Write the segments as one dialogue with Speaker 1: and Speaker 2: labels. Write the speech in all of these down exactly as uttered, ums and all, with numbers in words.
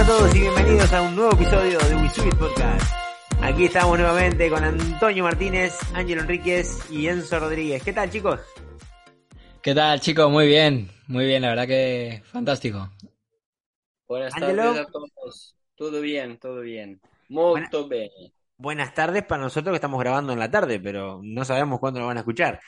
Speaker 1: todos y bienvenidos a un nuevo episodio de WeSubit Podcast. Aquí estamos nuevamente con Antonio Martínez, Ángelo Enríquez y Enzo Rodríguez. ¿Qué tal, chicos?
Speaker 2: ¿Qué tal, chicos? Muy bien, muy bien, la verdad que fantástico.
Speaker 3: Buenas
Speaker 1: Ángelo.
Speaker 3: tardes a todos. Todo bien, todo bien. Molto bene.
Speaker 1: Buenas tardes para nosotros que estamos grabando en la tarde, pero no sabemos cuándo lo van a escuchar.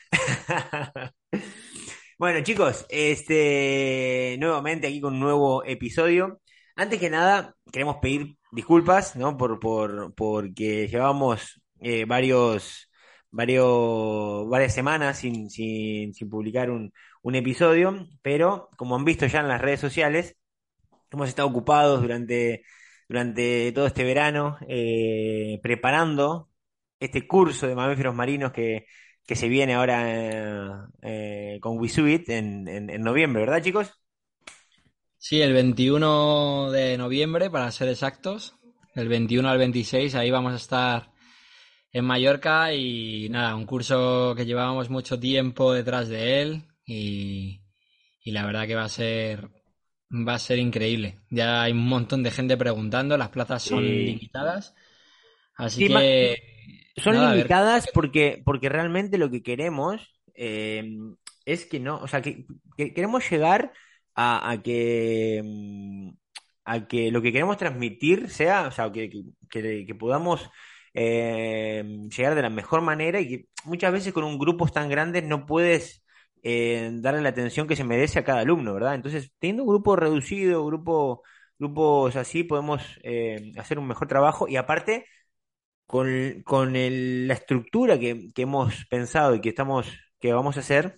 Speaker 1: Bueno, chicos, este nuevamente aquí con un nuevo episodio. Antes que nada, queremos pedir disculpas, ¿no? Por, por, porque llevábamos eh, varios, varios, varias semanas sin, sin, sin publicar un, un episodio, pero como han visto ya en las redes sociales, hemos estado ocupados durante, durante todo este verano eh, preparando este curso de mamíferos marinos que, que se viene ahora eh, eh, con WeSubit en, en, en noviembre, ¿verdad, chicos?
Speaker 2: Sí, el veintiuno de noviembre, para ser exactos, del veintiuno al veintiséis, ahí vamos a estar en Mallorca y nada, un curso que llevábamos mucho tiempo detrás de él y, y la verdad que va a ser, va a ser increíble. Ya hay un montón de gente preguntando, las plazas son
Speaker 1: Sí.
Speaker 2: limitadas, así
Speaker 1: Sí, ma-
Speaker 2: que
Speaker 1: son
Speaker 2: nada, a ver.
Speaker 1: limitadas porque, porque realmente lo que queremos eh, es que no, o sea, que, que queremos llegar a, a que mm, a que lo que queremos transmitir sea, o sea, que, que, que- que podamos eh, llegar de la mejor manera y que muchas veces con un grupo tan grande no puedes eh, darle la atención que se merece a cada alumno, ¿verdad? Entonces, teniendo un grupo reducido, grupo, grupos así, podemos eh, hacer un mejor trabajo y aparte con, con el- la estructura que, que hemos pensado y que estamos, que vamos a hacer,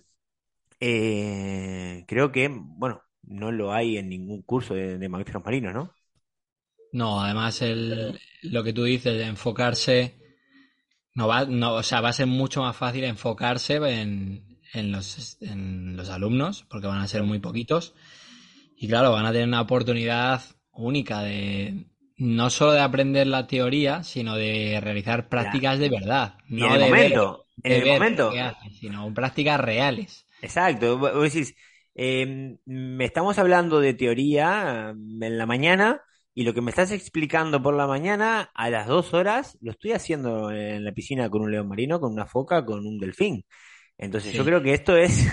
Speaker 1: eh, creo que, bueno, no lo hay en ningún curso de, de mamíferos marinos, ¿no?
Speaker 2: No, además
Speaker 3: Pero,
Speaker 2: el, lo que tú dices, de enfocarse, no va, no, o sea, va a ser mucho más fácil enfocarse en, en los, en los alumnos, porque van a ser muy poquitos. Y claro, van a tener una oportunidad única de no solo de aprender la teoría, sino de realizar
Speaker 1: Claro.
Speaker 2: prácticas de verdad,
Speaker 1: Y en
Speaker 2: no
Speaker 1: el
Speaker 2: de ver,
Speaker 1: momento, en
Speaker 2: de
Speaker 1: el
Speaker 2: ver qué
Speaker 1: momento,
Speaker 2: hacen, sino prácticas reales.
Speaker 1: exacto, vos vos decís, eh, me estamos hablando de teoría mm, en la mañana y lo que me estás explicando por la mañana, a las dos horas, lo estoy haciendo en la piscina con un león marino, con una foca, con un delfín. Entonces yo
Speaker 2: Sí.
Speaker 1: creo que esto es,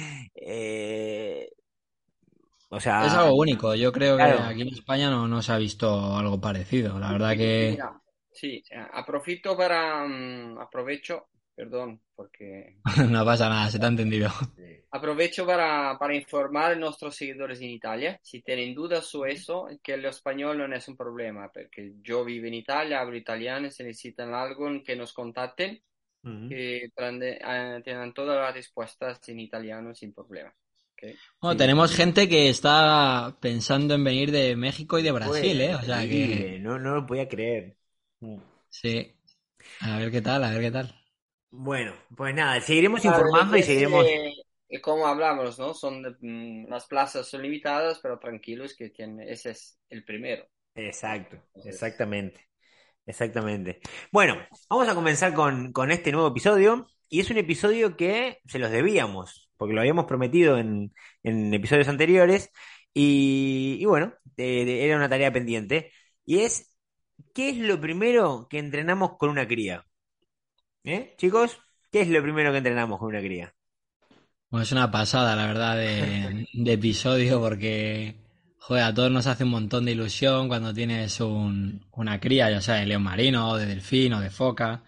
Speaker 1: eh, o
Speaker 2: Es
Speaker 1: sea,
Speaker 2: algo único. Yo creo que
Speaker 1: claro,
Speaker 2: aquí en España no, no se ha visto algo parecido. La verdad
Speaker 3: mi-
Speaker 2: que
Speaker 3: mira, sí, eh, aprovecho para, mm, aprovecho, perdón, porque
Speaker 2: no pasa nada, se te ha entendido.
Speaker 3: aprovecho para, para informar a nuestros seguidores en Italia, si tienen dudas sobre eso, que el español no es un problema, porque yo vivo en Italia, hablo italiano, si necesitan algo que nos contacten,
Speaker 1: ujú.
Speaker 3: que trande- eh, tienen todas las respuestas en italiano sin problema. ¿Ok?
Speaker 2: Bueno,
Speaker 1: Sí,
Speaker 2: tenemos
Speaker 1: sí.
Speaker 2: gente que está pensando en venir de México y de Brasil,
Speaker 1: Fue
Speaker 2: ¿eh? O sea que
Speaker 1: increíble, no, no lo podía creer. Mm.
Speaker 2: sí. A ver qué tal, a ver qué tal.
Speaker 1: Bueno, pues nada, seguiremos
Speaker 3: Claro,
Speaker 1: informando y seguiremos.
Speaker 3: ese, eh, como hablamos, ¿no? Son de- mm, las plazas son limitadas, pero tranquilos que tiene, ese es el primero, ¿no?
Speaker 1: Exacto,
Speaker 3: Entonces,
Speaker 1: exactamente, exactamente. Bueno, vamos a comenzar con, con este nuevo episodio y es un episodio que se los debíamos, porque lo habíamos prometido en, en episodios anteriores y, y bueno, eh, de- era una tarea pendiente y es, ¿qué es lo primero que entrenamos con una cría? ¿Eh? Chicos, ¿qué es lo primero que entrenamos con una cría?
Speaker 2: Bueno, es una pasada, la verdad, de, de episodio porque, joder, a todos nos hace un montón de ilusión cuando tienes un, una cría, ya sea de león marino, o de delfín, o de foca.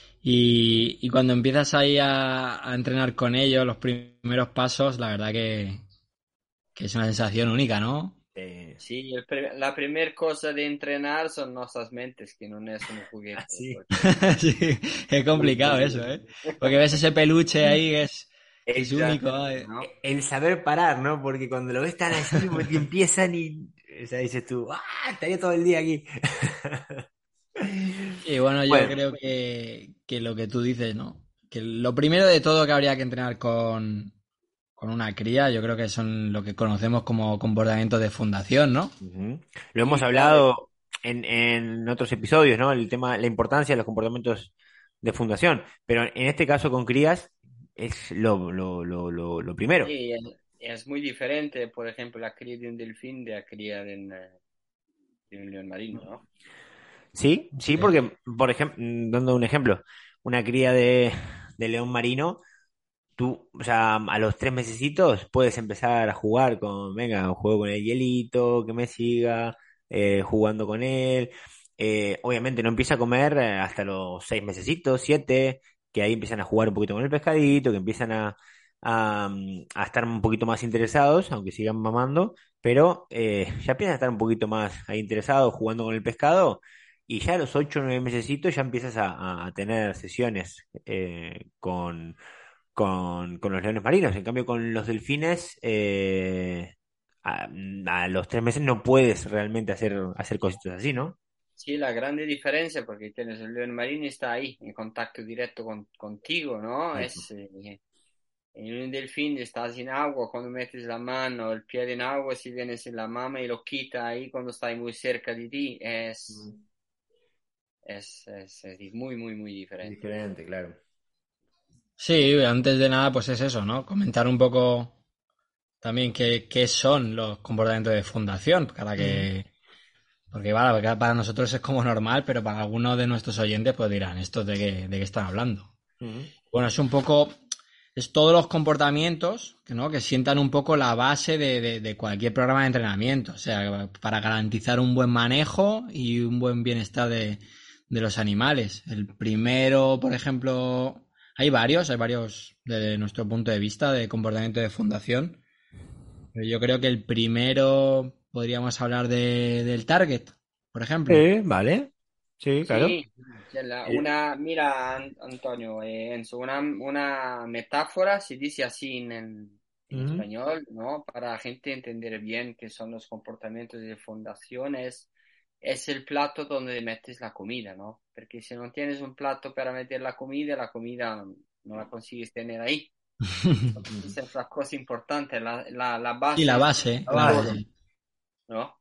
Speaker 2: Y, y cuando empiezas ahí a, a entrenar con ellos, los primeros pasos, la verdad que, que es una sensación única, ¿no?
Speaker 1: Eh,
Speaker 3: sí, el pri- la primera cosa de entrenar son nuestras mentes, que no es un juguete,
Speaker 1: así.
Speaker 3: porque
Speaker 2: Sí, es complicado eso, ¿eh? Porque ves ese peluche ahí que es, que es único,
Speaker 1: Exacto.
Speaker 2: ¿no?
Speaker 3: ¿no?
Speaker 1: El saber parar, ¿no? Porque cuando lo ves tan así, como que empiezan y. O sea, dices tú, ¡ah! Estaría todo el día aquí.
Speaker 2: Y bueno, yo
Speaker 1: Bueno,
Speaker 2: creo que, que lo que tú dices, ¿no? Que lo primero de todo que habría que entrenar con, con una cría, yo creo que son lo que conocemos como comportamientos de fundación, ¿no?
Speaker 1: ujú. Lo hemos
Speaker 3: Sí, claro,
Speaker 1: hablado en, en otros episodios, ¿no? El tema, la importancia de los comportamientos de fundación. Pero en este caso con crías es lo, lo, lo, lo, lo primero.
Speaker 3: sí, es, es muy diferente, por ejemplo, la cría de un delfín de la cría de un, eh, de un león marino, ¿no?
Speaker 1: Sí, sí,
Speaker 2: Sí.
Speaker 1: porque, por ejemplo, dando un ejemplo, una cría de, de león marino, tú, o sea, a los tres mesecitos puedes empezar a jugar con, venga, juego con el hielito, que me siga, eh, jugando con él. Eh, obviamente no empieza a comer eh, hasta los seis mesecitos, siete, que ahí empiezan a jugar un poquito con el pescadito, que empiezan a, a, mm, a estar un poquito más interesados, aunque sigan mamando, pero eh, ya empiezan a estar un poquito más ahí interesados jugando con el pescado. Y ya a los ocho o nueve mesecitos ya empiezas a, a- a tener sesiones eh, con, con, con los leones marinos. En cambio, con los delfines, eh, a, a los tres meses no puedes realmente hacer, hacer cositas así, ¿no?
Speaker 3: Sí, la grande diferencia, porque tienes el león marino está ahí, en contacto directo con, contigo, ¿no?
Speaker 1: Eso.
Speaker 3: Es, eh, en un delfín estás en agua, cuando metes la mano, el pie en agua, si vienes en la mama y lo quita ahí cuando está muy cerca de ti, es,
Speaker 1: Mm,
Speaker 3: es, es, es muy, muy, muy diferente.
Speaker 1: diferente, claro.
Speaker 2: Sí, antes de nada, pues es eso, ¿no? Comentar un poco también qué, qué son los comportamientos de fundación, para
Speaker 1: Mm,
Speaker 2: que, porque vale, porque para nosotros es como normal, pero para algunos de nuestros oyentes pues dirán, ¿esto de qué, de qué están hablando?
Speaker 1: mm,
Speaker 2: Bueno, es un poco, es todos los comportamientos que, ¿no? que sientan un poco la base de, de- de cualquier programa de entrenamiento, o sea, para garantizar un buen manejo y un buen bienestar de, de los animales. El primero, por ejemplo, hay varios, hay varios desde nuestro punto de vista de comportamiento de fundación. Pero yo creo que el primero podríamos hablar de, del target, por ejemplo.
Speaker 1: sí, vale. Sí, claro.
Speaker 3: Sí, cioè, la-
Speaker 1: El-
Speaker 3: una, mira An- Antonio, eh, Enzo, una, una metáfora se dice así en, en- en
Speaker 1: mm,
Speaker 3: español, ¿no? Para la gente entender bien qué son los comportamientos de fundaciones, es el plato donde metes la comida, ¿no? Porque si no tienes un plato para meter la comida, la comida no la consigues tener ahí. Esa es la cosa importante, la, la, la
Speaker 2: Y la
Speaker 3: base
Speaker 2: base,
Speaker 1: la
Speaker 3: de
Speaker 2: claro,
Speaker 3: todo,
Speaker 1: base.
Speaker 2: sí.
Speaker 3: ¿no?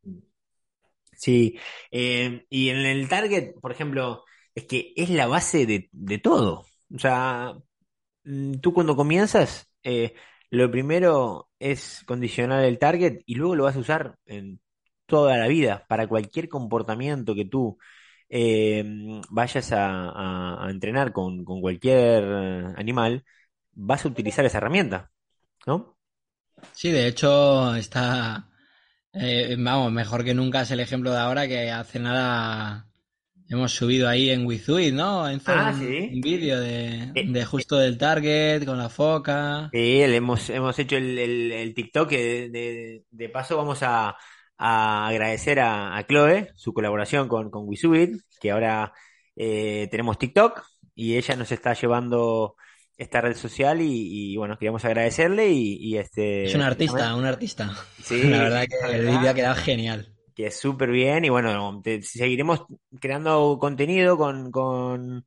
Speaker 1: Sí, eh, y en el target, por ejemplo, es que es la base de, de todo. O sea, mm, tú cuando comienzas, eh, lo primero es condicionar el target y luego lo vas a usar en toda la vida, para cualquier comportamiento que tú eh, vayas a, a- a entrenar con, con cualquier eh, animal, vas a utilizar esa herramienta, ¿no?
Speaker 2: Sí, de hecho está, eh, vamos, mejor que nunca es el ejemplo de ahora que hace nada hemos subido ahí en Wizui, ¿no? Enzo,
Speaker 1: Ah,
Speaker 2: un,
Speaker 1: sí.
Speaker 2: un vídeo de,
Speaker 1: Eh,
Speaker 2: de justo del target con la foca.
Speaker 1: Sí, el- hemos, hemos hecho el, el, el TikTok que de, de- de paso vamos a, a agradecer a, a Chloe su colaboración con, con Wizubit, que ahora eh, tenemos TikTok y ella nos está llevando esta red social y, y, bueno, queríamos agradecerle y, y,
Speaker 2: Es
Speaker 1: este,
Speaker 2: un artista,
Speaker 1: básicamente,
Speaker 2: un artista. La
Speaker 1: sí,
Speaker 2: verdad
Speaker 1: la
Speaker 2: que el vídeo ha
Speaker 1: verdad
Speaker 2: quedado genial.
Speaker 1: que es súper bien y bueno, te- seguiremos creando contenido con, con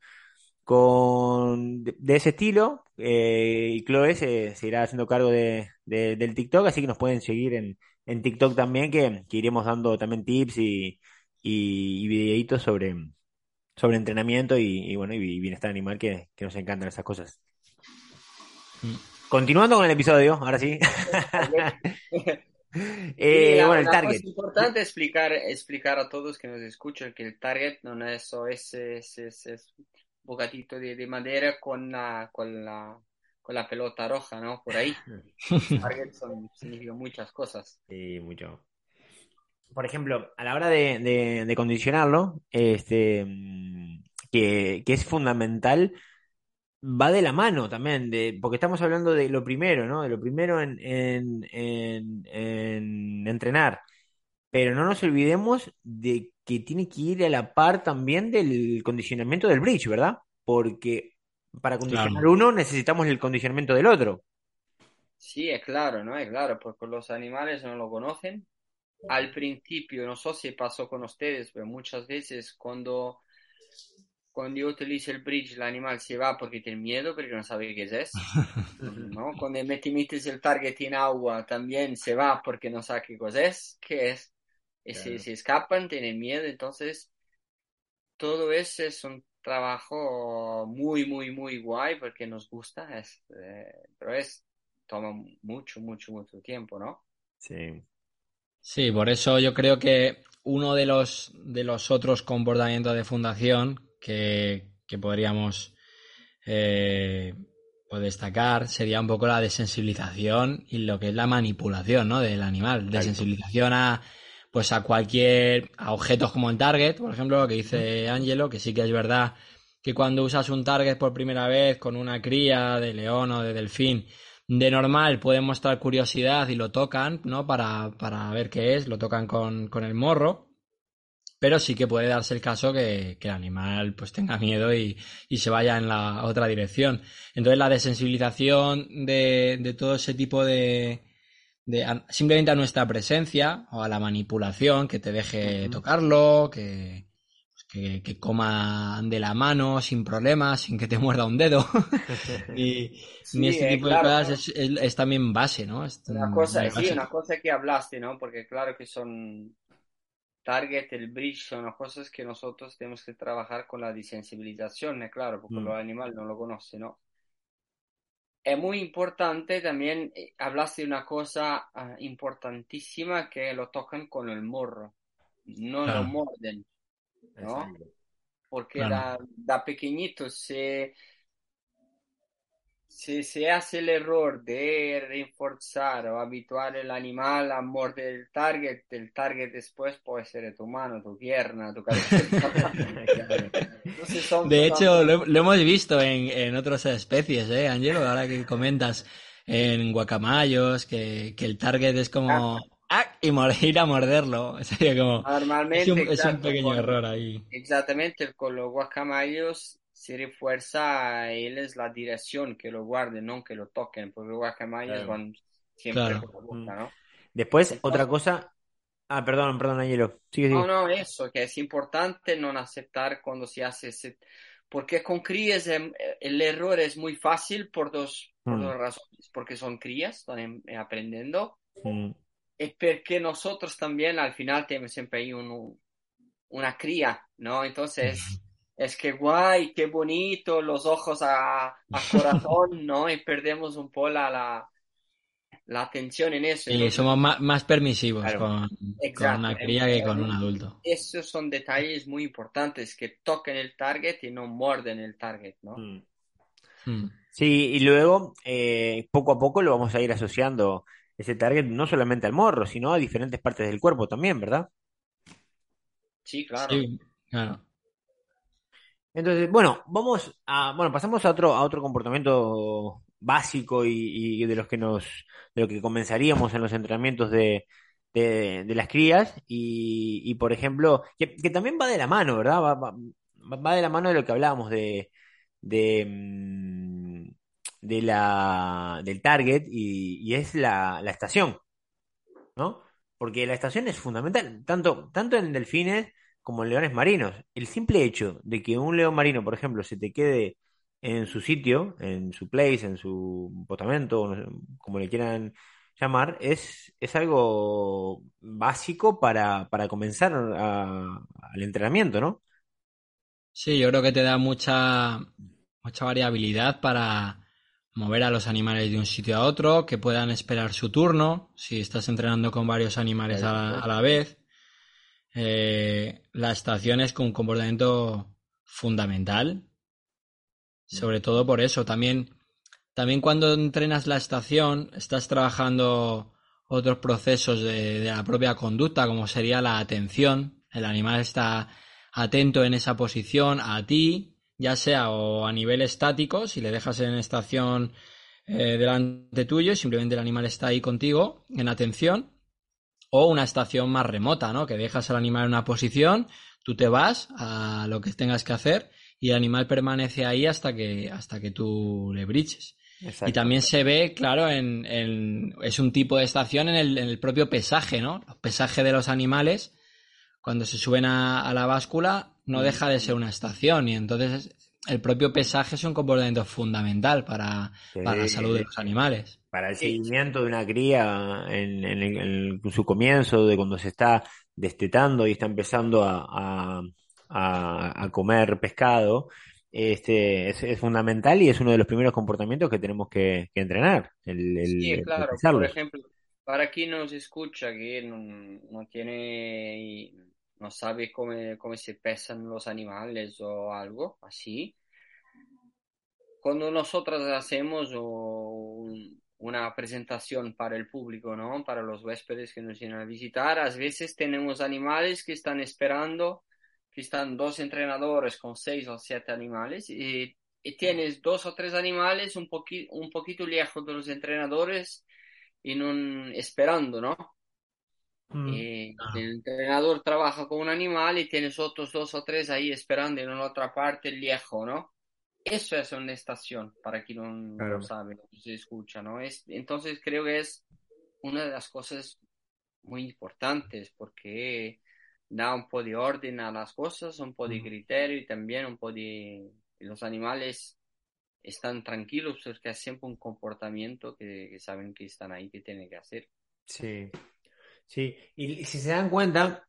Speaker 1: con de, de ese estilo. Eh, y Chloe se, se irá haciendo cargo de, de- del TikTok, así que nos pueden seguir en, en TikTok también, que, que iremos dando también tips y, y, y videitos sobre, sobre entrenamiento y, y bueno, y bienestar animal, que, que nos encantan esas cosas.
Speaker 2: Mm.
Speaker 1: Continuando con el episodio, ahora sí.
Speaker 3: Sí,
Speaker 1: Eh,
Speaker 3: la,
Speaker 1: bueno, el
Speaker 3: la
Speaker 1: target.
Speaker 3: cosa importante es explicar, explicar a todos que nos escuchan que el target no es eso, es, es, es, es un bocadito de, de madera con la, con la, con la pelota roja, ¿no? Por ahí. Target son, significa muchas cosas.
Speaker 1: Sí, mucho. Por ejemplo, a la hora de, de, de condicionarlo, este, mm, que, que es fundamental, va de la mano también, de, porque estamos hablando de lo primero, ¿no? De lo primero en, en, en, en entrenar. Pero no nos olvidemos de que tiene que ir a la par también del condicionamiento del bridge, ¿verdad? Porque para condicionar
Speaker 2: Claro.
Speaker 1: uno necesitamos el condicionamiento del otro.
Speaker 3: Sí, es claro, ¿no? Es claro, porque los animales no lo conocen. Al principio, no sé si pasó con ustedes, pero muchas veces cuando cuando yo utilizo el bridge, el animal se va porque tiene miedo, porque no sabe qué es, ¿no? Cuando meti- metes el target en agua, también se va porque no sabe qué cosa es, qué es, y se,
Speaker 1: Claro.
Speaker 3: se escapan, tienen miedo, entonces todo eso es un trabajo muy, muy, muy guay porque nos gusta, es, eh, pero es, toma mucho, mucho, mucho tiempo, ¿no?
Speaker 1: Sí.
Speaker 2: Sí, por eso yo creo que uno de los, de los otros comportamientos de fundación que, que podríamos eh, pues destacar sería un poco la desensibilización y lo que es la manipulación, ¿no? Del animal.
Speaker 1: Exacto.
Speaker 2: Desensibilización a, pues a cualquier, a objetos como el target, por ejemplo, lo que
Speaker 1: Ujú.
Speaker 2: dice Angelo, que sí que es verdad que cuando usas un target por primera vez con una cría de león o de delfín, de normal pueden mostrar curiosidad y lo tocan, ¿no? Para, para ver qué es, lo tocan con, con el morro. Pero sí que puede darse el caso que, que el animal pues tenga miedo y, y se vaya en la otra dirección. Entonces la desensibilización de, de todo ese tipo de, de a- simplemente a nuestra presencia o a la manipulación, que te deje
Speaker 1: Ujú.
Speaker 2: tocarlo, que, pues, que, que coma de la mano sin problemas, sin que te muerda un dedo, ni, ni
Speaker 3: Sí,
Speaker 2: este
Speaker 3: eh,
Speaker 2: tipo de
Speaker 3: claro,
Speaker 2: cosas es, es- es también base, ¿no? Es
Speaker 3: una
Speaker 2: mm,
Speaker 3: cosa,
Speaker 2: muy
Speaker 3: sí, una
Speaker 2: básico.
Speaker 3: cosa que hablaste, ¿no? Porque claro que son target, el bridge, son cosas que nosotros tenemos que trabajar con la desensibilización, ¿eh? Claro, porque
Speaker 1: Mm.
Speaker 3: los animales no lo conocen, ¿no? Es muy importante también, eh, hablaste de una cosa ah, importantísima que lo tocan con el morro, no lo
Speaker 2: Claro,
Speaker 3: muerden, ¿no?
Speaker 1: Exacto.
Speaker 3: Porque
Speaker 2: claro.
Speaker 3: da, da pequeñito se, se, se hace el error de reforzar o habituar el animal a morder el target, el target después puede ser tu mano, tu pierna, tu cabeza.
Speaker 1: Claro.
Speaker 3: Entonces son
Speaker 2: De hecho,
Speaker 3: totalmente...
Speaker 2: lo, lo hemos visto en, en otras especies, ¿eh, Angelo? Ahora que comentas en guacamayos, que, que el target es
Speaker 3: Ah,
Speaker 2: como ¡ah! Y mor- ir a morderlo. Sería como, es
Speaker 3: normalmente,
Speaker 2: un, es un
Speaker 3: exacto,
Speaker 2: pequeño
Speaker 3: con,
Speaker 2: error ahí.
Speaker 3: exactamente con los guacamayos se refuerza a ellos la dirección, que lo guarden, no que lo toquen, porque los guacamayos
Speaker 1: Claro.
Speaker 3: van siempre
Speaker 2: Claro.
Speaker 3: por la
Speaker 1: Mm.
Speaker 3: boca, ¿no?
Speaker 1: Después, otra
Speaker 3: Entonces,
Speaker 1: cosa. Ah, perdón, perdón, Angelo. Sigue,
Speaker 3: no,
Speaker 1: sigue.
Speaker 3: no, eso, que es importante no aceptar cuando se hace ese... Porque con crías em, el error es muy fácil por dos, por
Speaker 1: Mm,
Speaker 3: dos razones. Porque son crías, están em- aprendiendo.
Speaker 1: mm.
Speaker 3: Y porque nosotros también al final tenemos siempre ahí un, una cría, ¿no? Entonces, es que guay, qué bonito, los ojos a, a corazón, ¿no? Y perdemos un poco la, la, la atención en eso.
Speaker 2: Y
Speaker 3: Entonces,
Speaker 2: somos más, más permisivos
Speaker 1: Claro.
Speaker 2: con, con
Speaker 3: exacto.
Speaker 2: una
Speaker 3: em-
Speaker 2: cría que con un
Speaker 3: em-
Speaker 2: adulto.
Speaker 3: Esos son detalles muy importantes que toquen el target y no muerden el target, ¿no?
Speaker 1: Mm.
Speaker 2: Mm.
Speaker 1: Sí, y luego, eh, poco a poco lo vamos a ir asociando ese target no solamente al morro, sino a diferentes partes del cuerpo también, ¿verdad?
Speaker 3: Sí, claro.
Speaker 2: Sí, claro.
Speaker 1: Entonces, bueno, vamos a, bueno, pasamos a otro, a otro comportamiento básico y, y de los que nos, de lo que comenzaríamos en los entrenamientos de, de, de las crías y, y, por ejemplo, que, que también va de la mano, ¿verdad? Va, va, va de la mano de lo que hablábamos de, de, mm, de la, del target y, y es la, la estación. ¿No? Porque la estación es fundamental, tanto, tanto en delfines como en leones marinos. El simple hecho de que un león marino, por ejemplo, se te quede en su sitio, en su place, en su postamento, no sé, como le quieran llamar, es, es algo básico para, para comenzar a- al entrenamiento, ¿no?
Speaker 2: Sí, yo creo que te da mucha, mucha variabilidad para mover a los animales de un sitio a otro, que puedan esperar su turno, si estás entrenando con varios animales a la, a la vez. Eh, la estación es con un comportamiento fundamental, sobre todo por eso. También, también cuando entrenas la estación, estás trabajando otros procesos de, de la propia conducta, como sería la atención. El animal está atento en esa posición a ti, ya sea o a nivel estático, si le dejas en estación eh, delante tuyo y simplemente el animal está ahí contigo en atención, o una estación más remota, ¿no? Que dejas al animal en una posición, tú te vas a lo que tengas que hacer y el animal permanece ahí hasta que, hasta que tú le briches. Y
Speaker 1: Exacto.
Speaker 2: también se ve, claro, en, en- es un tipo de estación en el, en el propio pesaje, ¿no? El pesaje de los animales, cuando se suben a, a la báscula, no
Speaker 1: Mm.
Speaker 2: deja de ser una estación y entonces el propio pesaje es un comportamiento fundamental para, para la salud de
Speaker 1: Sí,
Speaker 2: los animales.
Speaker 1: para el
Speaker 3: Sí,
Speaker 1: seguimiento de una cría en, en el- en su comienzo, de cuando se está destetando y está empezando a, a- a- a comer pescado, este, es, es fundamental y es uno de los primeros comportamientos que tenemos que, que entrenar, el, el,
Speaker 3: sí,
Speaker 1: el
Speaker 3: claro. Por
Speaker 1: pisarlos.
Speaker 3: ejemplo, para quien nos escucha, que no, no tiene, no sabe cómo, cómo se pesan los animales o algo así, cuando nosotros hacemos un- una presentación para el público, ¿no? Para los huéspedes que nos vienen a visitar, a veces tenemos animales que están esperando, que están dos entrenadores con seis o siete animales y, y tienes dos o tres animales un poqui- un poquito lejos de los entrenadores y no, esperando, ¿no?
Speaker 1: Mm,
Speaker 3: Eh,
Speaker 2: Ah,
Speaker 3: el entrenador trabaja con un animal y tienes otros dos o tres ahí esperando en otra parte lejos, ¿no? Eso es una estación, para quien no, no lo
Speaker 1: claro.
Speaker 3: sabe, no se escucha, ¿no? Es, entonces creo que es una de las cosas muy importantes porque da un poco de orden a las cosas, un poco de
Speaker 1: Mm,
Speaker 3: criterio y también un poco de... Los animales están tranquilos porque es siempre un comportamiento que, que saben que están ahí, que tienen que hacer.
Speaker 1: sí, sí. Y si se dan cuenta,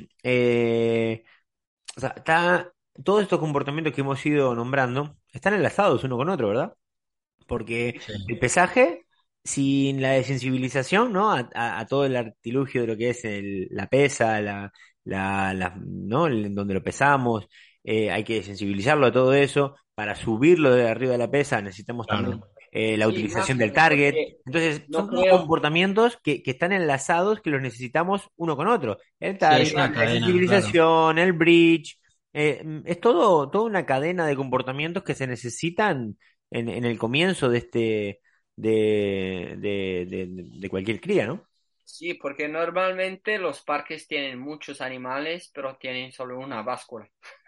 Speaker 1: eh, o sea, está, todos estos comportamientos que hemos ido nombrando están enlazados uno con otro, ¿verdad? Porque
Speaker 2: sí,
Speaker 1: el pesaje, sin la desensibilización, ¿no? A, a- a todo el artilugio de lo que es el- la pesa, la, la, la- ¿no? El- en donde lo pesamos, eh, hay que sensibilizarlo a todo eso. Para subirlo de arriba de la pesa necesitamos también
Speaker 2: claro.
Speaker 1: eh, la
Speaker 3: Sí,
Speaker 1: utilización del
Speaker 3: imagen,
Speaker 1: target.
Speaker 3: porque
Speaker 1: Entonces,
Speaker 3: no
Speaker 1: son todos
Speaker 3: creo,
Speaker 1: comportamientos que, que están enlazados, que los necesitamos uno con otro. El
Speaker 2: Sí,
Speaker 3: sí,
Speaker 2: es
Speaker 1: target,
Speaker 2: una
Speaker 1: la
Speaker 3: imagen.
Speaker 2: cadena, claro.
Speaker 1: sensibilización, el bridge. Eh, es todo, toda una cadena de comportamientos que se necesitan en, en el comienzo de este de, de, de, de cualquier cría, ¿no?
Speaker 3: Sí, porque normalmente los parques tienen muchos animales, pero tienen solo una báscula.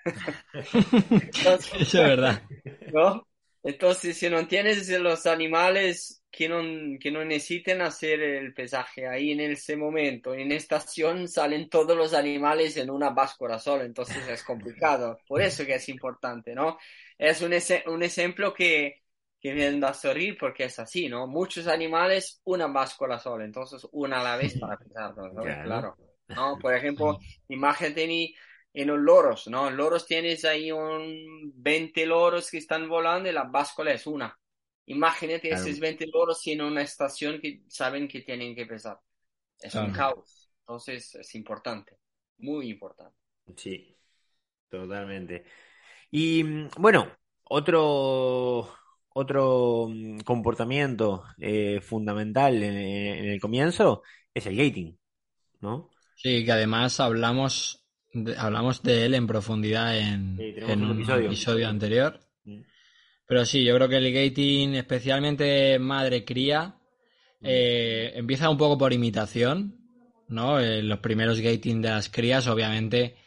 Speaker 3: Entonces,
Speaker 2: Eso es verdad.
Speaker 3: ¿no? Entonces, si no tienes los animales que no, que no necesiten hacer el pesaje ahí en ese momento, en estación salen todos los animales en una báscula solo, entonces es complicado. Por eso que es importante, ¿no? Es un, ese- un ejemplo que, que me da a sonreír porque es así, ¿no? Muchos animales, una báscula sola, entonces una a la vez para pesarlos, ¿no?
Speaker 1: Claro.
Speaker 3: Claro. ¿No? Por ejemplo,
Speaker 2: Sí,
Speaker 3: imagínate en los loros, ¿no? Loros tienes ahí un veinte loros que están volando y la báscula es una. Imagínate
Speaker 1: Claro,
Speaker 3: esos veinte loros en una estación que saben que tienen que pesar. Es un
Speaker 2: claro.
Speaker 3: caos. Entonces es importante, muy importante.
Speaker 1: sí, totalmente. Y mm, bueno, otro, otro mm, comportamiento eh, fundamental en, en el comienzo es el gating, ¿no?
Speaker 2: Sí, que además hablamos de, hablamos de él en profundidad en,
Speaker 1: Sí, tenemos
Speaker 2: en
Speaker 1: un
Speaker 2: un
Speaker 1: episodio.
Speaker 2: episodio anterior.
Speaker 1: Mm,
Speaker 2: Pero sí, yo creo que el gating, especialmente madre-cría,
Speaker 1: mm.
Speaker 2: eh, empieza un poco por imitación, ¿no? Eh, los primeros gating de las crías, obviamente,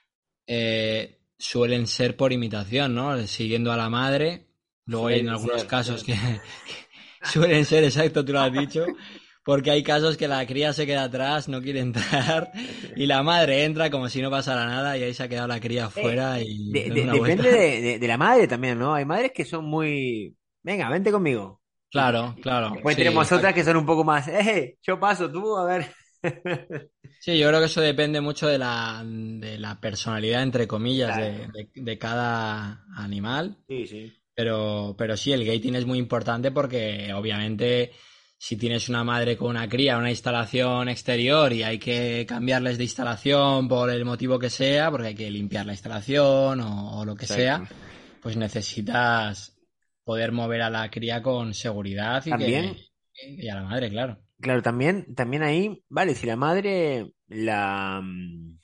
Speaker 2: eh, suelen ser por imitación, ¿no? Siguiendo a la madre. Luego hay en
Speaker 1: Suelen
Speaker 2: algunos
Speaker 1: ser.
Speaker 2: casos que, que suelen ser, exacto, tú lo has dicho, porque hay casos que la cría se queda atrás, no quiere entrar, y la madre entra como si no pasara nada, y ahí se ha quedado la cría
Speaker 1: Eh,
Speaker 2: afuera y
Speaker 1: de-
Speaker 2: dando
Speaker 1: de-
Speaker 2: una
Speaker 1: depende
Speaker 2: vuelta.
Speaker 1: de, de- de la madre también, ¿no? Hay madres que son muy, venga, vente conmigo. Y
Speaker 2: Claro, claro,
Speaker 1: después
Speaker 2: sí,
Speaker 1: tenemos otras
Speaker 2: exacto.
Speaker 1: que son un poco más, eh, yo paso, tú, a ver.
Speaker 2: Sí, yo creo que eso depende mucho de la, de la personalidad, entre comillas, de,
Speaker 1: Claro.
Speaker 2: de- de cada animal.
Speaker 1: Sí, sí.
Speaker 2: Pero, pero sí, el gating es muy importante porque obviamente si tienes una madre con una cría, una instalación exterior y hay que cambiarles de instalación por el motivo que sea, porque hay que limpiar la instalación o, o lo que sea,
Speaker 1: Exacto.
Speaker 2: pues necesitas poder mover a la cría con seguridad y que
Speaker 1: También,
Speaker 2: y a la madre, claro.
Speaker 1: claro, también, también ahí, vale, si la madre la, mm,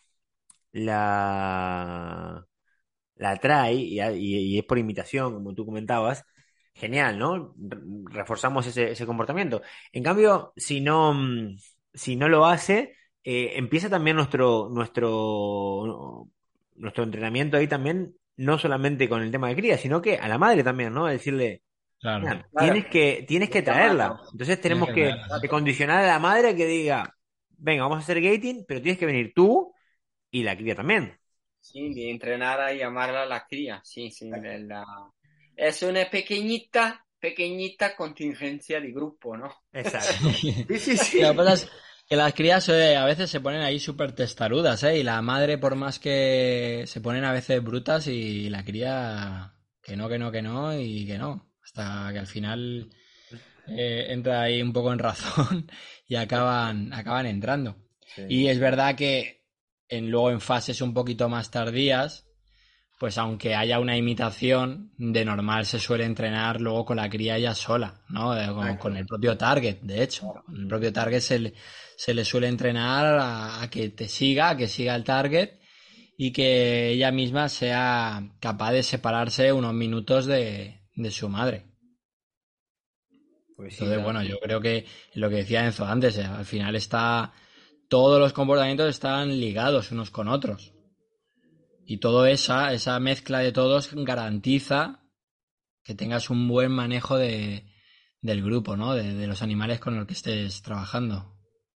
Speaker 1: la, la trae y, y- y es por imitación, como tú comentabas, genial, ¿no? Re- Reforzamos ese, ese comportamiento. En cambio, si no, mm, si no lo hace, eh, empieza también nuestro, nuestro, nuestro entrenamiento ahí también, no solamente con el tema de cría, sino que a la madre también, ¿no? Decirle,
Speaker 2: Claro,
Speaker 1: mira, tienes
Speaker 3: Claro,
Speaker 1: que, tienes que
Speaker 3: de
Speaker 1: traerla.
Speaker 3: llamarla.
Speaker 1: Entonces
Speaker 2: tienes
Speaker 1: tenemos
Speaker 2: que
Speaker 1: que,
Speaker 2: traerla,
Speaker 1: que
Speaker 2: sí.
Speaker 1: condicionar a la madre a que diga, venga, vamos a hacer gating, pero tienes que venir tú y la cría también.
Speaker 3: Sí, de entrenar a llamarla a la cría. Sí, sí. de la- Es una pequeñita, pequeñita contingencia de grupo, ¿no?
Speaker 1: Exacto. Sí, sí,
Speaker 2: Sí, lo que
Speaker 1: sí.
Speaker 2: pasa es que las crías eh, a veces se ponen ahí súper testarudas, ¿eh? Y la madre, por más que se ponen a veces brutas y la cría que no, que no, que no y que no. Hasta que al final eh, entra ahí un poco en razón y acaban, acaban entrando.
Speaker 1: Sí.
Speaker 2: Y es verdad que en, luego en fases un poquito más tardías, pues aunque haya una imitación, de normal se suele entrenar luego con la cría ya sola, ¿no? Eh, Con, con
Speaker 1: Exacto.
Speaker 2: el propio target, de hecho.
Speaker 3: Claro.
Speaker 2: Con el propio target se le, se le suele entrenar a, a que te siga, a que siga el target y que ella misma sea capaz de separarse unos minutos de, de su madre.
Speaker 1: Pues sí,
Speaker 2: Entonces,
Speaker 1: da-
Speaker 2: bueno, yo creo que lo que decía Enzo antes, eh, al final está, todos los comportamientos están ligados unos con otros. Y toda esa, esa mezcla de todos garantiza que tengas un buen manejo de, del grupo, ¿no? De, de los animales con los que estés trabajando.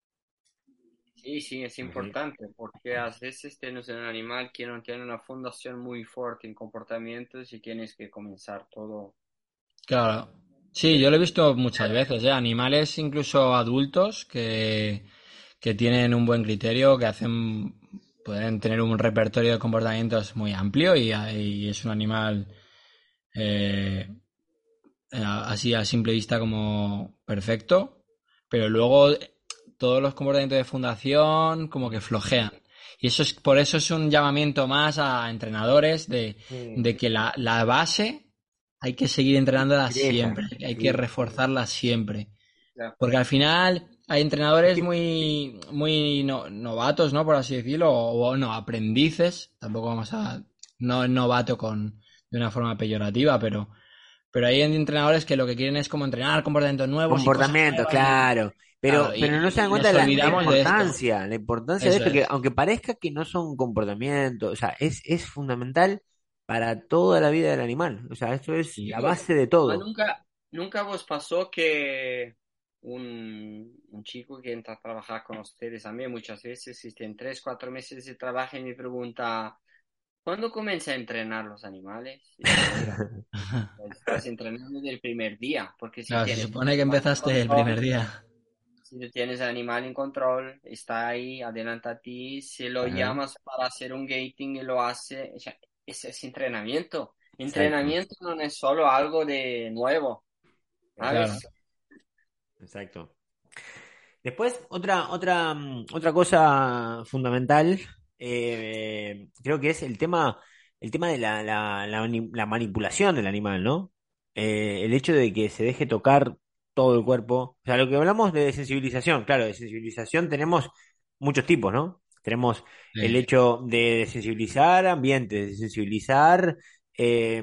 Speaker 3: Sí, sí, es
Speaker 1: pues sí.
Speaker 3: importante porque a veces tienes un animal que no tiene una fundación muy fuerte en comportamientos y tienes que comenzar todo
Speaker 2: Claro. Sí, yo lo he
Speaker 3: desde...
Speaker 2: visto muchas veces, ¿eh? Animales incluso adultos que, que tienen un buen criterio, que hacen, pueden tener un repertorio de comportamientos muy amplio y, y es un animal eh, así a simple vista como perfecto, pero luego todos los comportamientos de fundación como que flojean. Y eso es, por eso es un llamamiento más a entrenadores de,
Speaker 1: Sí.
Speaker 2: de que la, la base hay que seguir entrenándola
Speaker 1: Crezca.
Speaker 2: siempre, hay que
Speaker 1: Sí.
Speaker 2: reforzarla siempre.
Speaker 3: Ya.
Speaker 2: Porque al final hay
Speaker 1: Es
Speaker 2: entrenadores
Speaker 1: que,
Speaker 2: muy, muy no- novatos, ¿no? Por así decirlo, o, o no, aprendices. Tampoco vamos a, no novato con, de una forma peyorativa, pero pero hay entrenadores que lo que quieren es como entrenar comportamientos nuevos y cosas
Speaker 1: comportamientos,
Speaker 2: nuevas y
Speaker 1: claro.
Speaker 2: claro,
Speaker 1: Pero, pero no se
Speaker 2: y,
Speaker 1: dan
Speaker 2: y
Speaker 1: cuenta
Speaker 2: nos
Speaker 1: de la, la
Speaker 2: olvidamos de esto.
Speaker 1: importancia, la importancia de
Speaker 2: Eso
Speaker 1: esto, que
Speaker 2: es,
Speaker 1: aunque parezca que no son comportamientos, o sea, es, es fundamental para toda la vida del animal. O sea, esto es
Speaker 2: y
Speaker 1: la base de
Speaker 3: Ah,
Speaker 1: todo.
Speaker 3: nunca, nunca vos pasó que un, un chico que entra a trabajar con ustedes también muchas veces, si en tres, cuatro meses de trabajo y me pregunta, ¿cuándo comienza a entrenar los animales? Y digo, mira, estás entrenando desde el primer día, porque si
Speaker 2: claro, se
Speaker 3: tienes
Speaker 2: supone que
Speaker 3: animal en
Speaker 2: empezaste el primer
Speaker 3: control,
Speaker 2: día.
Speaker 3: si tú tienes el animal en control, está ahí, adelanta a ti, si lo
Speaker 1: Claro,
Speaker 3: llamas para hacer un gating y lo hace, o sea, ese es entrenamiento.
Speaker 1: exacto,
Speaker 3: Entrenamiento no es solo algo de nuevo,
Speaker 2: Claro.
Speaker 3: ¿sabes?
Speaker 1: exacto. Después, otra, otra, mm, otra cosa fundamental, eh, creo que es el tema, el tema de la, la, la mani- la manipulación del animal, ¿no? Eh, el hecho de que se deje tocar todo el cuerpo. O sea, lo que hablamos de sensibilización, claro, de sensibilización tenemos muchos tipos, ¿no? Tenemos el
Speaker 2: Sí.
Speaker 1: hecho de sensibilizar ambientes, de sensibilizar eh,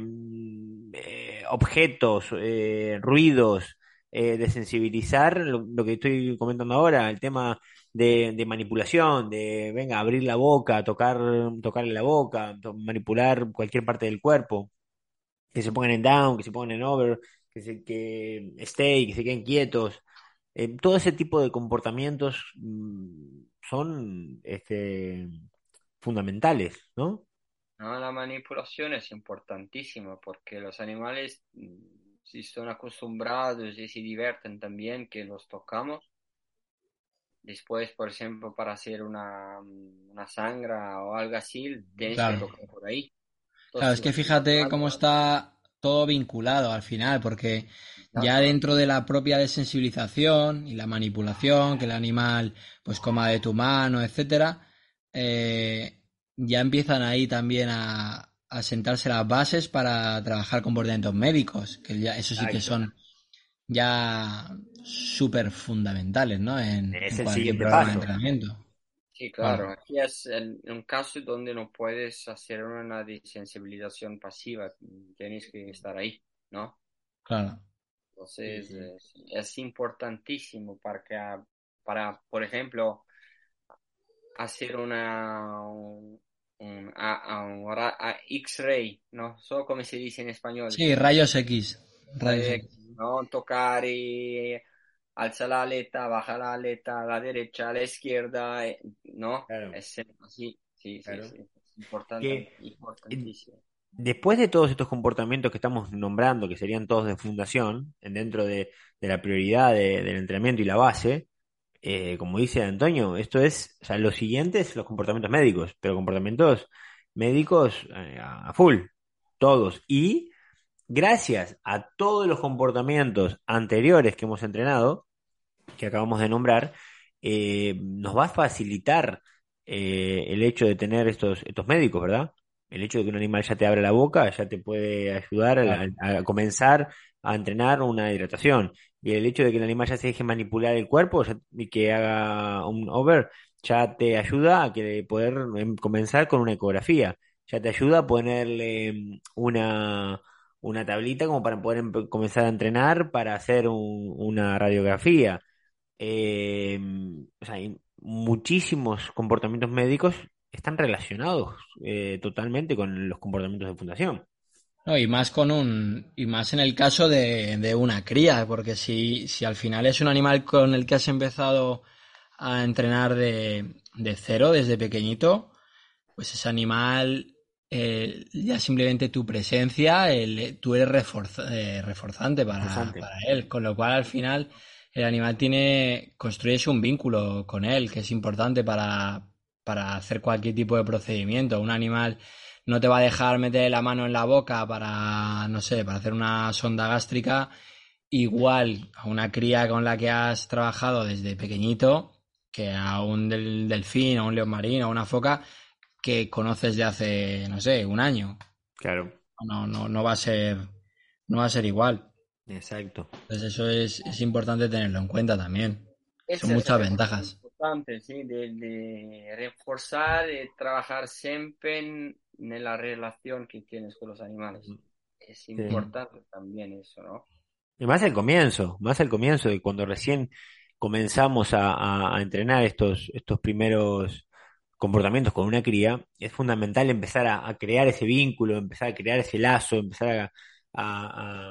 Speaker 1: eh, objetos, eh, ruidos, eh, de sensibilizar lo, lo que estoy comentando ahora, el tema de, de manipulación, de venga, abrir la boca, tocar, tocarle la boca, to- manipular cualquier parte del cuerpo, que se pongan en down, que se pongan en over, que se que stay, que se queden quietos. Eh, todo ese tipo de comportamientos mm, son este, fundamentales, ¿no?
Speaker 3: No, la manipulación es importantísima porque los animales, mm, si están acostumbrados y se divierten también que los tocamos, después, por ejemplo, para hacer una, mm, una sangra o algo así, tienes que
Speaker 2: Claro.
Speaker 3: tocar por ahí.
Speaker 2: Claro,
Speaker 3: Entonces,
Speaker 2: es que
Speaker 3: los
Speaker 2: fíjate
Speaker 3: animales,
Speaker 2: cómo está todo vinculado al final, porque ya
Speaker 3: exacto,
Speaker 2: dentro de la propia desensibilización y la manipulación, que el animal pues coma de tu mano, etcétera, eh, ya empiezan ahí también a, a sentarse las bases para trabajar comportamientos médicos, que ya eso sí que
Speaker 1: Exacto.
Speaker 2: son ya súper fundamentales, ¿no? En,
Speaker 1: Es
Speaker 2: en
Speaker 1: el
Speaker 2: cualquier
Speaker 1: siguiente
Speaker 2: programa de
Speaker 1: paso.
Speaker 2: entrenamiento.
Speaker 3: sí,
Speaker 2: Claro,
Speaker 3: claro, aquí es el- un caso donde no puedes hacer una desensibilización pasiva, tienes que estar ahí, ¿no?
Speaker 2: claro.
Speaker 1: Sí,
Speaker 3: Entonces,
Speaker 1: sí.
Speaker 3: es, es importantísimo para que, para, por ejemplo, hacer una, un, un- a- a- un ra- a- X-ray, ¿no? So como se dice en español.
Speaker 2: Sí, rayos X. Rayos
Speaker 3: Eh,
Speaker 2: X.
Speaker 3: ¿no? Tocar y alza la aleta, baja la aleta, a la derecha, a la izquierda, eh, ¿no?
Speaker 1: Claro,
Speaker 3: Es así, sí, sí,
Speaker 1: claro.
Speaker 3: sí. Es importante,
Speaker 1: Que eh,
Speaker 3: importantísimo.
Speaker 1: después de todos estos comportamientos que estamos nombrando, que serían todos de fundación, en- dentro de, de la prioridad de- del entrenamiento y la base, eh, como dice Antonio, esto es, o sea, lo siguiente es los comportamientos médicos, pero comportamientos médicos eh, a a full, todos. Y gracias a todos los comportamientos anteriores que hemos entrenado, que acabamos de nombrar, eh, nos va a facilitar eh, el hecho de tener estos, estos médicos, ¿verdad? El hecho de que un animal ya te abra la boca, ya te puede ayudar a,
Speaker 2: Claro.
Speaker 1: a comenzar a entrenar una hidratación. Y el hecho de que el animal ya se deje manipular el cuerpo ya- y que haga un over, ya te ayuda a que poder em, comenzar con una ecografía. Ya te ayuda a ponerle em, una, una tablita como para poder empe- comenzar a entrenar para hacer un- una radiografía. Eh, o sea, hay muchísimos comportamientos médicos están relacionados eh, totalmente con los comportamientos de fundación.
Speaker 2: No, y más con un, y más en el caso de, de una cría, porque si, si al final es un animal con el que has empezado a entrenar de, de cero desde pequeñito, pues ese animal, eh, ya simplemente tu presencia, el- tú eres reforza- eh, reforzante para,
Speaker 1: Reforzante.
Speaker 2: para él, con lo cual al final el animal tiene, construyes un vínculo con él, que es importante para, para hacer cualquier tipo de procedimiento. Un animal no te va a dejar meter la mano en la boca para, no sé, para hacer una sonda gástrica, igual a una cría con la que has trabajado desde pequeñito, que a un del delfín, a un león marino, a una foca que conoces de hace, no sé, un año.
Speaker 1: Claro,
Speaker 2: No, no, no va a ser, no va a ser igual.
Speaker 1: exacto.
Speaker 2: Entonces eso es, es importante tenerlo en cuenta también. Son
Speaker 3: Esa es
Speaker 2: muchas
Speaker 3: la cosa
Speaker 2: ventajas.
Speaker 3: importante, sí, de, de reforzar y trabajar siempre en, en la relación que tienes con los animales. Es
Speaker 1: Sí.
Speaker 2: Mm.
Speaker 3: importante también eso, ¿no?
Speaker 1: Y más al comienzo, más al comienzo de cuando recién comenzamos a, a- a entrenar estos, estos primeros comportamientos con una cría, es fundamental empezar a, a crear ese vínculo, empezar a crear ese lazo, empezar a, a- a-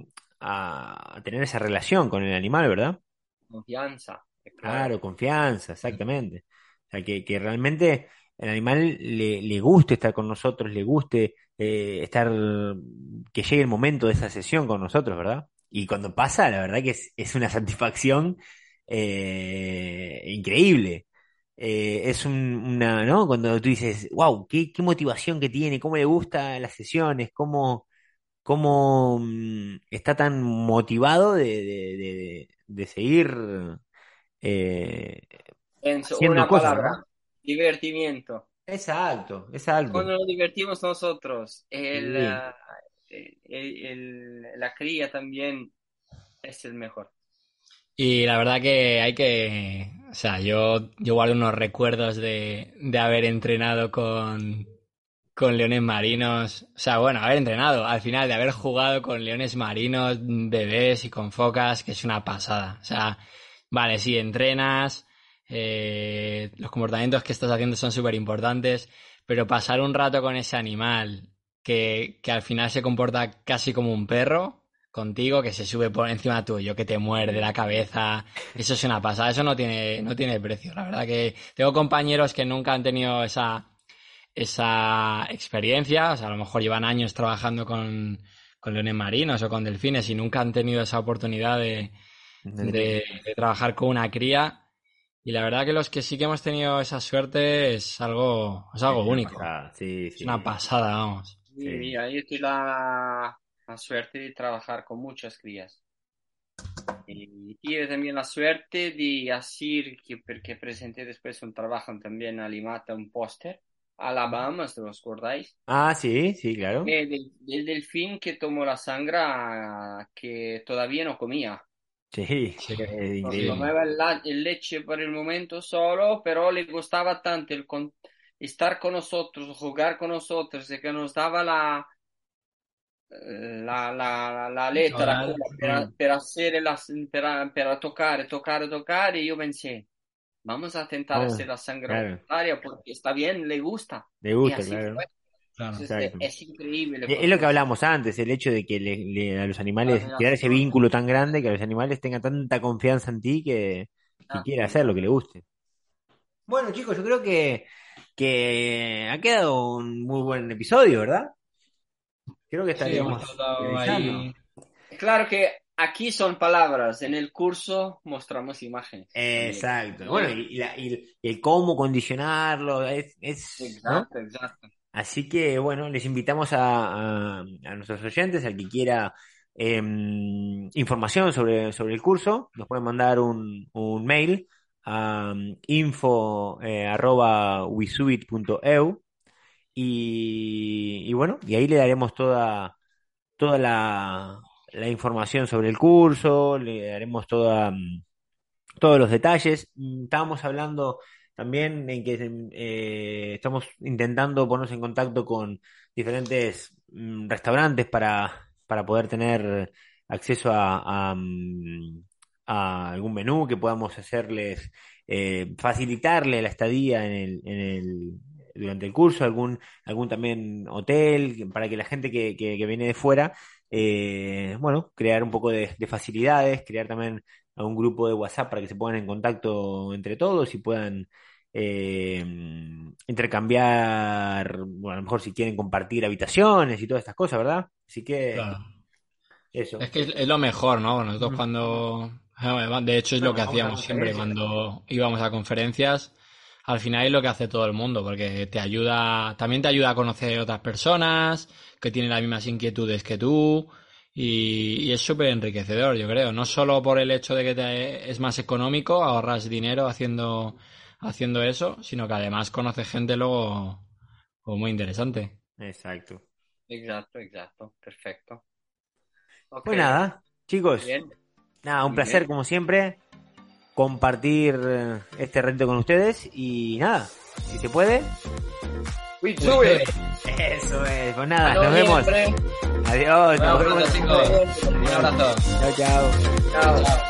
Speaker 1: a- a tener esa relación con el animal, ¿verdad?
Speaker 3: Confianza, es claro.
Speaker 1: Claro, confianza, exactamente. O sea, que, que realmente el animal le, le guste estar con nosotros, le guste eh, estar, que llegue el momento de esa sesión con nosotros, ¿verdad? Y cuando pasa, la verdad que es, es una satisfacción eh, increíble. Eh, es un- una, ¿no? Cuando tú dices, wow, qué, qué motivación que tiene, cómo le gustan las sesiones, cómo, cómo mm, está tan motivado de, de, de, de seguir eh,
Speaker 3: Pienso
Speaker 1: haciendo
Speaker 3: una
Speaker 1: cosas, ¿verdad?
Speaker 3: palabra, divertimiento.
Speaker 1: Exacto, exacto.
Speaker 3: Cuando nos divertimos nosotros, el,
Speaker 1: Sí.
Speaker 3: ah, el- el- la cría también es el mejor.
Speaker 2: Y la verdad que hay que, o sea, yo, yo guardo unos recuerdos de, de haber entrenado con, con leones marinos, o sea, bueno, haber entrenado, al final de haber jugado con leones marinos, bebés y con focas, que es una pasada. O sea, vale, sí, entrenas, eh, los comportamientos que estás haciendo son súper importantes, pero pasar un rato con ese animal que, que al final se comporta casi como un perro contigo, que se sube por encima tuyo, que te muerde la cabeza, eso es una pasada, eso no tiene, no tiene precio. La verdad que tengo compañeros que nunca han tenido esa esa experiencia, o sea, a lo mejor llevan años trabajando con, con leones marinos o con delfines y nunca han tenido esa oportunidad de, de, de trabajar con una cría. Y la verdad que los que sí que hemos tenido esa suerte es algo, es
Speaker 1: Es
Speaker 2: algo
Speaker 1: una
Speaker 2: único.
Speaker 1: pasada, sí,
Speaker 2: Es una
Speaker 1: sí,
Speaker 2: pasada, vamos.
Speaker 3: Y
Speaker 1: sí.
Speaker 3: mira, yo tuve la, la suerte de trabajar con muchas crías. Y tuve también la suerte de hacer, que, porque presenté después un trabajo también a Limata, un póster, Alabama, si os acordáis,
Speaker 1: Ah, sí, sí, claro.
Speaker 3: eh, del, del delfín que tomó la sangre ah, que todavía no comía.
Speaker 1: Sí,
Speaker 2: Sí,
Speaker 1: es
Speaker 3: No
Speaker 1: increíble.
Speaker 2: sí.
Speaker 3: tomaba el, la- el leche por el momento solo, pero le gustaba tanto el con- estar con nosotros, jugar con nosotros, de que nos daba la la, la, la lettera
Speaker 2: Oral.
Speaker 3: quella per,
Speaker 2: Mm.
Speaker 3: per, hacer la, per, per toccare, toccare, toccare, yo pensé, vamos a intentar
Speaker 1: Vamos,
Speaker 3: hacer la sangre
Speaker 1: claro,
Speaker 3: voluntaria porque está bien, le gusta.
Speaker 1: le
Speaker 3: Y
Speaker 1: gusta,
Speaker 3: así
Speaker 1: claro.
Speaker 3: fue.
Speaker 2: Claro.
Speaker 3: Entonces, eh,
Speaker 1: Exacto.
Speaker 3: es increíble
Speaker 1: Es es
Speaker 3: cuando
Speaker 1: lo que
Speaker 3: consigues
Speaker 1: hablamos antes, el hecho de que le- le- a los
Speaker 3: la
Speaker 1: animales, crear ese
Speaker 3: relación.
Speaker 1: vínculo tan grande, que a los animales tengan tanta confianza en ti que, que
Speaker 3: Ah,
Speaker 1: quiera hacer lo que le
Speaker 3: exacto.
Speaker 1: guste. Bueno, chicos, yo creo que, que ha quedado un muy buen episodio, ¿verdad? Creo que
Speaker 2: Sí, hemos
Speaker 1: estaríamos
Speaker 2: tratado
Speaker 1: finalizando.
Speaker 2: ahí.
Speaker 3: Claro que aquí son palabras, en el curso mostramos imágenes también.
Speaker 1: Exacto. Bueno,
Speaker 3: Eh,
Speaker 1: y, y la- y el y el cómo condicionarlo, es, es, ¿no?
Speaker 3: Exacto, exacto.
Speaker 1: Así que bueno, les invitamos a, a- a nuestros oyentes, al que quiera eh, información sobre, sobre el curso, nos pueden mandar un, un mail a info eh, arroba wisubit punto e u y, y bueno, y ahí le daremos toda, toda la, la información sobre el curso, le daremos toda, mm, todos los detalles. Mm, Estábamos hablando también en que eh, estamos intentando ponernos en contacto con diferentes mm, restaurantes para, para poder tener acceso a, a, mm, a algún menú que podamos hacerles, eh, facilitarle la estadía en el, en el, durante el curso, algún, algún también hotel, para que la gente que, que, que viene de fuera, eh, bueno, crear un poco de, de facilidades, crear también a un grupo de WhatsApp para que se pongan en contacto entre todos y puedan eh, intercambiar, bueno, a lo mejor si quieren compartir habitaciones y todas estas cosas, ¿verdad? Así que
Speaker 2: Claro.
Speaker 1: eso.
Speaker 2: Es que es, es lo mejor, ¿no? Nosotros
Speaker 1: Ujú.
Speaker 2: cuando... De hecho es lo
Speaker 1: Bueno,
Speaker 2: que
Speaker 1: vamos a
Speaker 2: hacíamos siempre
Speaker 1: conferencias también.
Speaker 2: cuando íbamos a conferencias. Al final es lo que hace todo el mundo, porque te ayuda, también te ayuda a conocer otras personas que tienen las mismas inquietudes que tú y, y es súper enriquecedor, yo creo. No solo por el hecho de que te, es más económico, ahorras dinero haciendo, haciendo eso, sino que además conoces gente luego pues, muy interesante.
Speaker 1: Exacto.
Speaker 3: Exacto, exacto, perfecto. Ok,
Speaker 1: Pues nada, chicos,
Speaker 3: bien,
Speaker 1: nada, un
Speaker 3: muy bien.
Speaker 1: placer como siempre compartir eh, este reto con ustedes y nada, si se puede.
Speaker 3: We do it.
Speaker 1: Eso es, pues nada,
Speaker 3: Hasta
Speaker 1: nos vemos.
Speaker 3: noviembre.
Speaker 1: Adiós,
Speaker 2: Un
Speaker 1: nos vemos
Speaker 2: abrazo,
Speaker 1: siempre.
Speaker 2: chicos. Un abrazo.
Speaker 1: Chao, chao.
Speaker 3: Chao.